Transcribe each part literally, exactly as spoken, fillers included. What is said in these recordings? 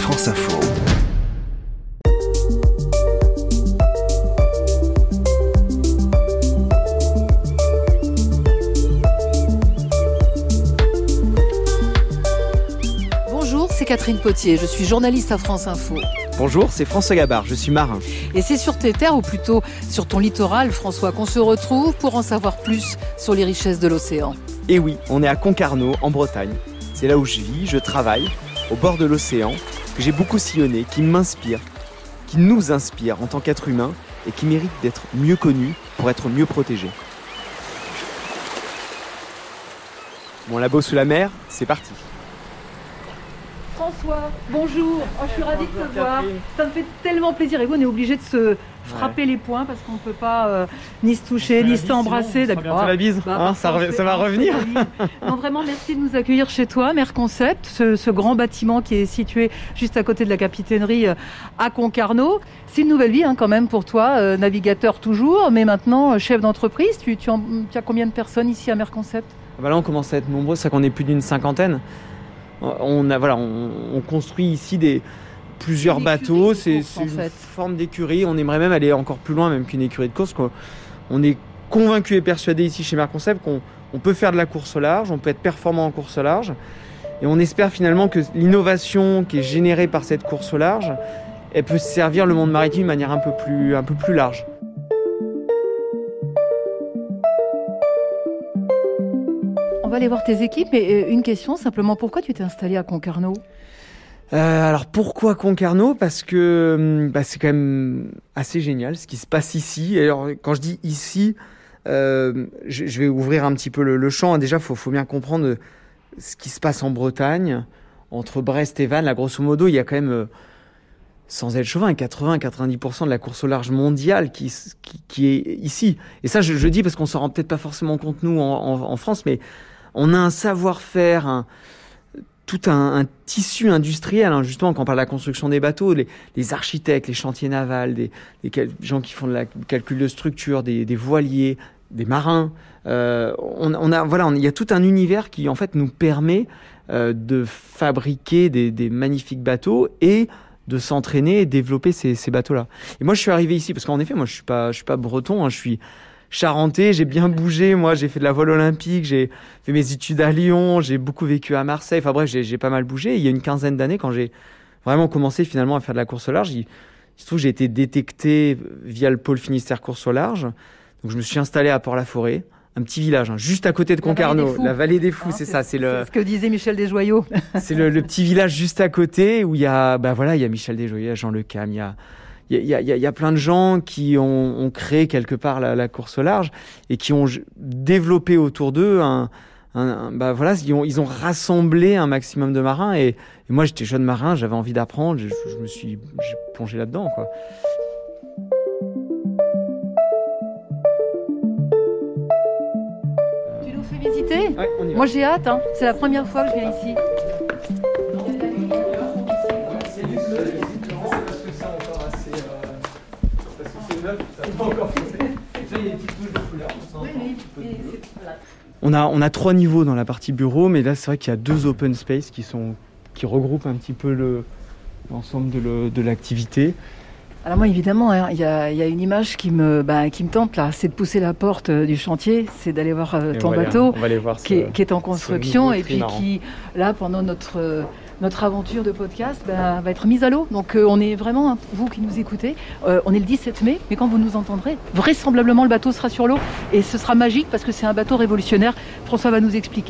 France Info. Bonjour, c'est Catherine Potier, je suis journaliste à France Info. Bonjour, c'est François Gabard, je suis marin. Et c'est sur tes terres, ou plutôt sur ton littoral, François, qu'on se retrouve pour en savoir plus sur les richesses de l'océan. Et oui, on est à Concarneau, en Bretagne. C'est là où je vis, je travaille, au bord de l'océan, que j'ai beaucoup sillonné, qui m'inspire, qui nous inspire en tant qu'être humain et qui mérite d'être mieux connu pour être mieux protégé. Mon labo sous la mer, c'est parti. François, bonjour, oh, je suis ravie de te voir, ça me fait tellement plaisir. Et vous, on est obligé de se frapper ouais. les poings parce qu'on ne peut pas euh, ni se toucher, ni s'embrasser. Bientôt la bise, bah, hein, ça, ça va revenir. Non, vraiment, merci de nous accueillir chez toi, Merconcept, ce, ce grand bâtiment qui est situé juste à côté de la capitainerie à Concarneau. C'est une nouvelle vie hein, quand même pour toi, euh, navigateur toujours, mais maintenant chef d'entreprise. Tu, tu, en, tu as combien de personnes ici à Merconcept ? Bah là, on commence à être nombreux, c'est qu'on est plus d'une cinquantaine. On, a, voilà, on, on construit ici des, plusieurs bateaux, c'est, c'est une fait. forme d'écurie. On aimerait même aller encore plus loin même qu'une écurie de course. On est convaincu et persuadé ici chez Merconcept qu'on on peut faire de la course au large, on peut être performant en course au large. Et on espère finalement que l'innovation qui est générée par cette course au large, elle peut servir le monde maritime de manière un peu plus, un peu plus large. On va aller voir tes équipes, mais une question simplement, pourquoi tu t'es installé à Concarneau ? euh, Alors pourquoi Concarneau ? Parce que bah, c'est quand même assez génial ce qui se passe ici. Et alors quand je dis ici, euh, je, je vais ouvrir un petit peu le, le champ. Déjà, il faut, faut bien comprendre ce qui se passe en Bretagne, entre Brest et Vannes. Là, grosso modo, il y a quand même, sans être chauvin, quatre-vingts à quatre-vingt-dix pour cent de la course au large mondiale qui, qui, qui est ici. Et ça, je, je dis parce qu'on s'en rend peut-être pas forcément compte, nous, en, en, en France, mais on a un savoir-faire, un, tout un, un tissu industriel, hein, justement, quand on parle de la construction des bateaux, les, les architectes, les chantiers navals, des, des cal- gens qui font le calcul de structure, des, des voiliers, des marins. Euh, on, on a, voilà, il y a tout un univers qui, en fait, nous permet euh, de fabriquer des, des magnifiques bateaux et de s'entraîner et développer ces, ces bateaux-là. Et moi, je suis arrivé ici parce qu'en effet, moi, je suis pas, je suis pas breton, hein, je suis charentais, j'ai bien bougé, moi j'ai fait de la voile olympique, j'ai fait mes études à Lyon, j'ai beaucoup vécu à Marseille, enfin bref, j'ai, j'ai pas mal bougé. Et il y a une quinzaine d'années, quand j'ai vraiment commencé finalement à faire de la course au large, il, il se trouve que j'ai été détecté via le pôle Finistère course au large, donc je me suis installé à Port-la-Forêt, un petit village, hein, juste à côté de Concarneau, la vallée des Fous, hein, c'est, c'est ça, c'est, c'est le... C'est ce que disait Michel Desjoyaux. C'est le, le petit village juste à côté où il y a, bah voilà, il y a Michel Desjoyaux, il y a Jean Le Cam, il y a... Il y a, il, y a, il y a plein de gens qui ont, ont créé quelque part la, la course au large et qui ont développé autour d'eux un, un, un bah voilà, ils ont, ils ont rassemblé un maximum de marins et, et moi j'étais jeune marin, j'avais envie d'apprendre, je, je me suis j'ai plongé là-dedans, quoi. Tu nous fais visiter ? Ouais, on y va. Moi j'ai hâte, hein. C'est la première fois que je viens ici. On a, on a trois niveaux dans la partie bureau, mais là c'est vrai qu'il y a deux open space qui, sont, qui regroupent un petit peu le, l'ensemble de, le, de l'activité. Alors moi évidemment, il hein, y, a, y a une image qui me, bah, qui me tente là, c'est de pousser la porte euh, du chantier, c'est d'aller voir euh, ton voilà, bateau on va aller voir qui, ce, est, qui est en construction et puis marrant. qui, là pendant notre... Euh, Notre aventure de podcast bah, va être mise à l'eau. Donc euh, on est vraiment, hein, vous qui nous écoutez, euh, on est le dix-sept mai, mais quand vous nous entendrez, vraisemblablement le bateau sera sur l'eau et ce sera magique parce que c'est un bateau révolutionnaire. François va nous expliquer.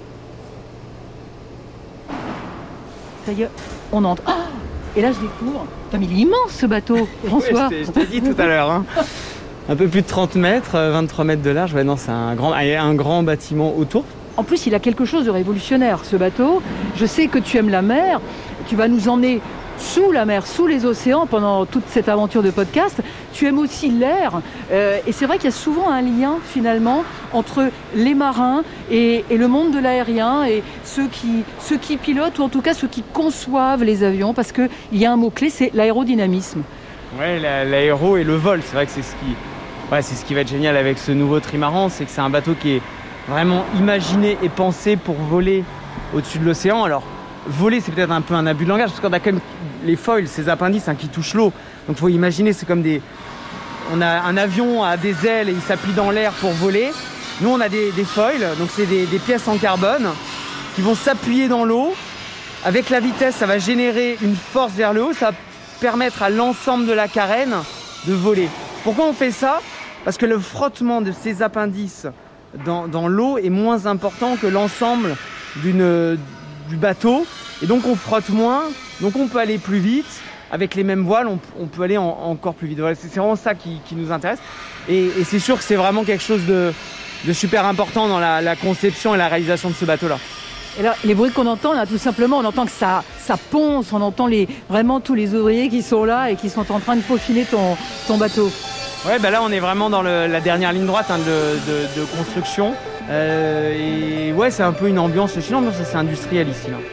Ça y est, on entre. Oh et là je découvre, putain, mais il est immense ce bateau, François. Oui, je, t'ai, je t'ai dit tout à l'heure. Hein. Un peu plus de trente mètres, vingt-trois mètres de large. Ouais, non, c'est un grand, un grand bâtiment autour. En plus, il a quelque chose de révolutionnaire, ce bateau. Je sais que tu aimes la mer. Tu vas nous emmener sous la mer, sous les océans pendant toute cette aventure de podcast. Tu aimes aussi l'air. Euh, et c'est vrai qu'il y a souvent un lien, finalement, entre les marins et, et le monde de l'aérien et ceux qui, ceux qui pilotent, ou en tout cas ceux qui conçoivent les avions. Parce qu'il y a un mot-clé, c'est l'aérodynamisme. Oui, la, l'aéro et le vol. C'est vrai que c'est ce qui, ouais, c'est ce qui va être génial avec ce nouveau trimaran. C'est que c'est un bateau qui est vraiment imaginé et pensé pour voler au-dessus de l'océan. Alors, voler, c'est peut-être un peu un abus de langage, parce qu'on a quand même les foils, ces appendices hein, qui touchent l'eau. Donc il faut imaginer, c'est comme des... On a un avion à des ailes et il s'appuie dans l'air pour voler. Nous, on a des, des foils, donc c'est des, des pièces en carbone qui vont s'appuyer dans l'eau. Avec la vitesse, ça va générer une force vers le haut, ça va permettre à l'ensemble de la carène de voler. Pourquoi on fait ça? Parce que le frottement de ces appendices dans, dans l'eau est moins important que l'ensemble d'une, du bateau. Et donc on frotte moins, donc on peut aller plus vite. Avec les mêmes voiles, on, on peut aller en, encore plus vite. Voilà, c'est vraiment ça qui, qui nous intéresse. Et, et c'est sûr que c'est vraiment quelque chose de, de super important dans la, la conception et la réalisation de ce bateau-là. Et là, les bruits qu'on entend, là, tout simplement, on entend que ça, ça ponce, on entend les, vraiment tous les ouvriers qui sont là et qui sont en train de peaufiner ton, ton bateau. Ouais, bah là, on est vraiment dans le, la dernière ligne droite hein, de, de, de construction. Euh, et ouais, c'est un peu une ambiance, c'est une ambiance assez industrielle ici. Là.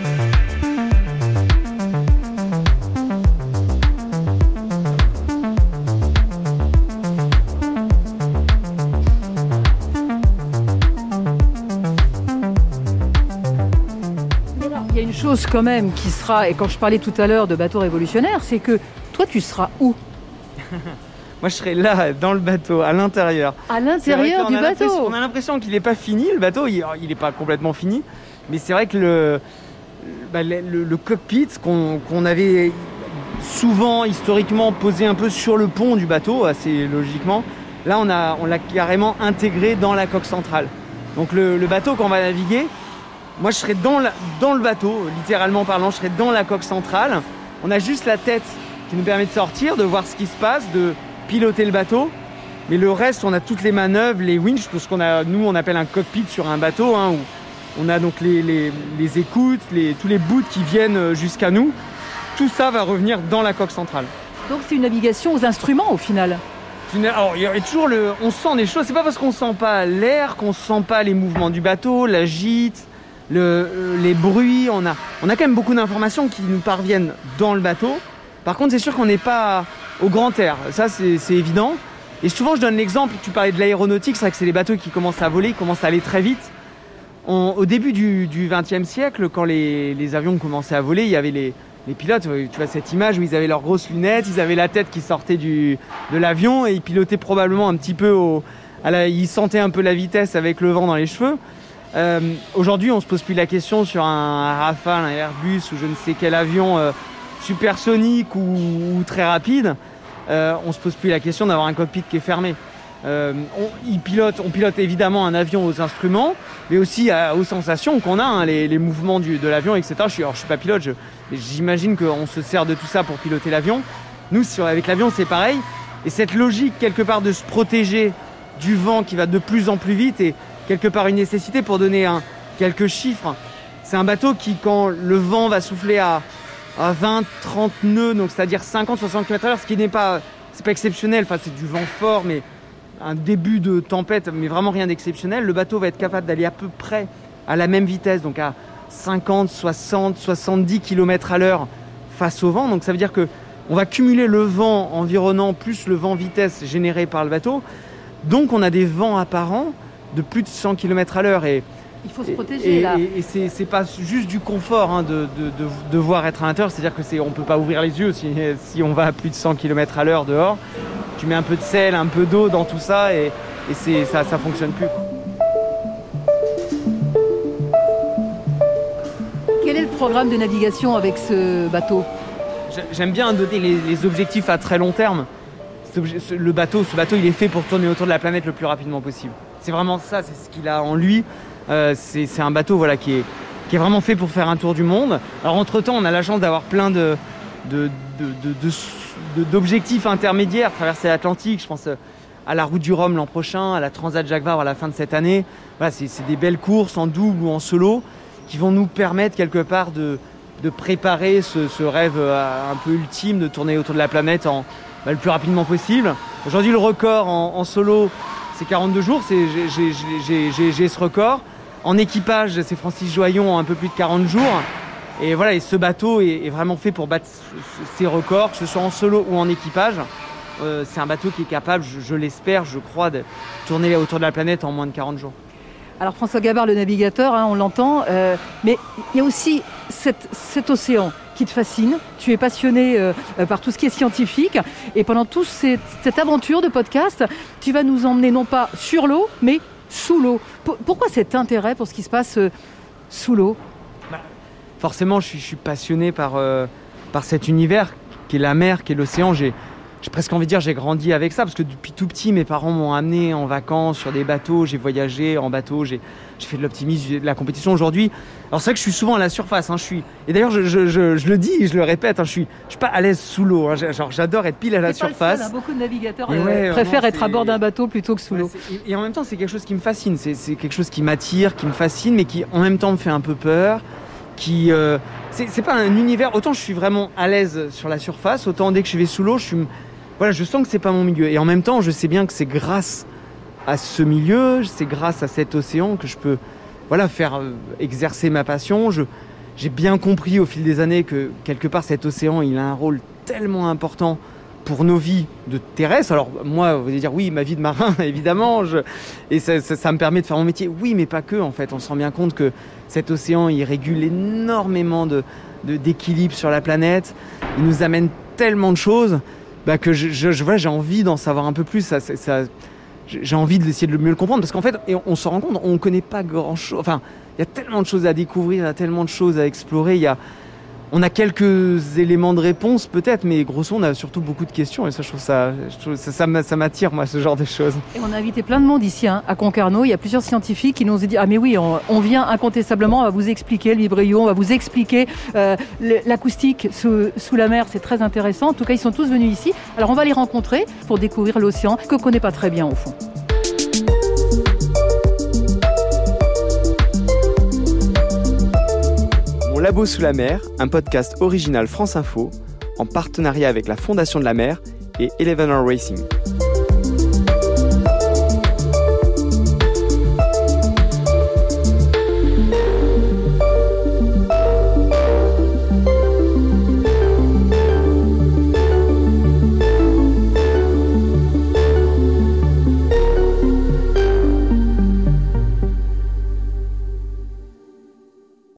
Il y a une chose quand même qui sera, et quand je parlais tout à l'heure de bateau révolutionnaire, c'est que toi, tu seras où? Moi, je serai là, dans le bateau, à l'intérieur. À l'intérieur du bateau? On a l'impression qu'il n'est pas fini, le bateau. Il n'est pas complètement fini. Mais c'est vrai que le, bah, le, le, le cockpit qu'on qu'on avait souvent, historiquement, posé un peu sur le pont du bateau, assez logiquement, là, on a, on l'a carrément intégré dans la coque centrale. Donc, le, le bateau qu'on va naviguer, moi, je serai dans, la, dans le bateau, littéralement parlant, je serai dans la coque centrale. On a juste la tête qui nous permet de sortir, de voir ce qui se passe, de piloter le bateau, mais le reste, on a toutes les manœuvres, les winches, tout ce qu'on a, nous on appelle un cockpit sur un bateau, hein, où on a donc les, les, les écoutes, les, tous les bouts qui viennent jusqu'à nous. Tout ça va revenir dans la coque centrale. Donc c'est une navigation aux instruments au final. Alors il y a toujours le, on sent des choses. C'est pas parce qu'on sent pas l'air qu'on sent pas les mouvements du bateau, la gîte, le, les bruits. On a, on a quand même beaucoup d'informations qui nous parviennent dans le bateau. Par contre, c'est sûr qu'on n'est pas au grand air, ça c'est, c'est évident. Et souvent, je donne l'exemple, tu parlais de l'aéronautique, c'est vrai que c'est les bateaux qui commencent à voler, qui commencent à aller très vite. On, au début du, du vingtième siècle, quand les, les avions commençaient à voler, il y avait les, les pilotes, tu vois cette image où ils avaient leurs grosses lunettes, ils avaient la tête qui sortait du, de l'avion et ils pilotaient probablement un petit peu, au, à la, ils sentaient un peu la vitesse avec le vent dans les cheveux. Euh, aujourd'hui, on se pose plus la question sur un, un Rafale, un Airbus ou je ne sais quel avion euh, supersonique ou, ou très rapide. Euh, on se pose plus la question d'avoir un cockpit qui est fermé. Euh, on, il pilote, on pilote évidemment un avion aux instruments, mais aussi à, aux sensations qu'on a, hein, les, les mouvements du, de l'avion, et cetera. Je suis, alors, je suis pas pilote, je, j'imagine qu'on se sert de tout ça pour piloter l'avion. Nous, sur, avec l'avion, c'est pareil. Et cette logique, quelque part, de se protéger du vent qui va de plus en plus vite est quelque part une nécessité. Pour donner un, quelques chiffres, c'est un bateau qui, quand le vent va souffler à, à vingt, trente nœuds, donc c'est-à-dire cinquante, soixante kilomètres à l'heure, ce qui n'est pas, c'est pas exceptionnel, enfin, c'est du vent fort, mais un début de tempête, mais vraiment rien d'exceptionnel. Le bateau va être capable d'aller à peu près à la même vitesse, donc à cinquante, soixante, soixante-dix kilomètres à l'heure face au vent. Donc ça veut dire que on va cumuler le vent environnant plus le vent vitesse généré par le bateau. Donc on a des vents apparents de plus de cent kilomètres à l'heure. Et il faut se protéger et, là. Et, et c'est, c'est pas juste du confort hein, de, de, de devoir être à l'intérieur, c'est-à-dire que c'est, on peut pas ouvrir les yeux si, si on va à plus de cent kilomètres à l'heure dehors. Tu mets un peu de sel, un peu d'eau dans tout ça et, et c'est, ça ça fonctionne plus. Quel est le programme de navigation avec ce bateau ? J'aime bien donner les, les objectifs à très long terme. Le bateau, ce bateau, il est fait pour tourner autour de la planète le plus rapidement possible. C'est vraiment ça, c'est ce qu'il a en lui. Euh, c'est, c'est un bateau voilà, qui, est, qui est vraiment fait pour faire un tour du monde. Alors entre-temps, on a la chance d'avoir plein de, de, de, de, de, de, d'objectifs intermédiaires. Traverser l'Atlantique, je pense à la Route du Rhum l'an prochain, à la Transat Jacques Vabre à la fin de cette année. Voilà, c'est, c'est des belles courses en double ou en solo qui vont nous permettre quelque part de, de préparer ce, ce rêve un peu ultime de tourner autour de la planète en, bah, le plus rapidement possible. Aujourd'hui, le record en, en solo, c'est quarante-deux jours. C'est, j'ai, j'ai, j'ai, j'ai, j'ai ce record. En équipage, c'est Francis Joyon en un peu plus de quarante jours. Et voilà, et ce bateau est, est vraiment fait pour battre ces records, que ce soit en solo ou en équipage. Euh, c'est un bateau qui est capable, je, je l'espère, je crois, de tourner autour de la planète en moins de quarante jours. Alors François Gabard, le navigateur, hein, on l'entend, euh, mais il y a aussi cette, cet océan qui te fascine. Tu es passionné euh, par tout ce qui est scientifique. Et pendant toute cette, cette aventure de podcast, tu vas nous emmener non pas sur l'eau, mais sous l'eau. P- pourquoi cet intérêt pour ce qui se passe euh, sous l'eau ? Bah, forcément, je suis, je suis passionné par, euh, par cet univers qui est la mer, qui est l'océan. J'ai, j'ai presque envie de dire j'ai grandi avec ça, parce que depuis tout petit, mes parents m'ont amené en vacances sur des bateaux. J'ai voyagé en bateau, j'ai, j'ai fait de l'optimisme, j'ai de la compétition aujourd'hui. Alors c'est vrai que je suis souvent à la surface. Hein, je suis... Et d'ailleurs, je, je, je, je le dis et je le répète, hein, je suis, je suis pas à l'aise sous l'eau. Hein, genre, j'adore être pile à la c'est surface. Pas le seul, hein, beaucoup de navigateurs ouais, euh, préfèrent non, être c'est... à bord d'un bateau plutôt que sous ouais, l'eau. Et, et en même temps, c'est quelque chose qui me fascine. C'est, c'est quelque chose qui m'attire, qui me fascine, mais qui en même temps me fait un peu peur. Qui, euh... c'est, c'est pas un univers. Autant je suis vraiment à l'aise sur la surface, autant dès que je vais sous l'eau, je suis, voilà, je sens que c'est pas mon milieu. Et en même temps, je sais bien que c'est grâce à ce milieu, c'est grâce à cet océan que je peux, voilà, faire euh, exercer ma passion. Je, j'ai bien compris au fil des années que quelque part cet océan, il a un rôle tellement important pour nos vies de terrestres. Alors moi, vous allez dire oui, ma vie de marin, évidemment, je... et ça, ça, ça me permet de faire mon métier. Oui, mais pas que, en fait. On se rend bien compte que cet océan, il régule énormément de, de, d'équilibre sur la planète. Il nous amène tellement de choses bah, que je, je, je, voilà, j'ai envie d'en savoir un peu plus. Ça, ça, ça, j'ai envie d'essayer de mieux le comprendre, parce qu'en fait, et on, on se rend compte, on ne connaît pas grand-chose. Enfin, il y a tellement de choses à découvrir, il y a tellement de choses à explorer. Il y a... On a quelques éléments de réponse peut-être, mais grosso on a surtout beaucoup de questions, et ça je trouve ça, je trouve, ça, ça, ça m'attire moi ce genre de choses. Et on a invité plein de monde ici hein, à Concarneau. Il y a plusieurs scientifiques qui nous ont dit ah mais oui, on, on vient incontestablement, on va vous expliquer le vibrio, on va vous expliquer euh, l'acoustique sous, sous la mer, c'est très intéressant. En tout cas ils sont tous venus ici. Alors on va les rencontrer pour découvrir l'océan que connaît pas très bien au fond. Labo sous la mer, un podcast original France Info, en partenariat avec la Fondation de la mer et Eleven Hour Racing.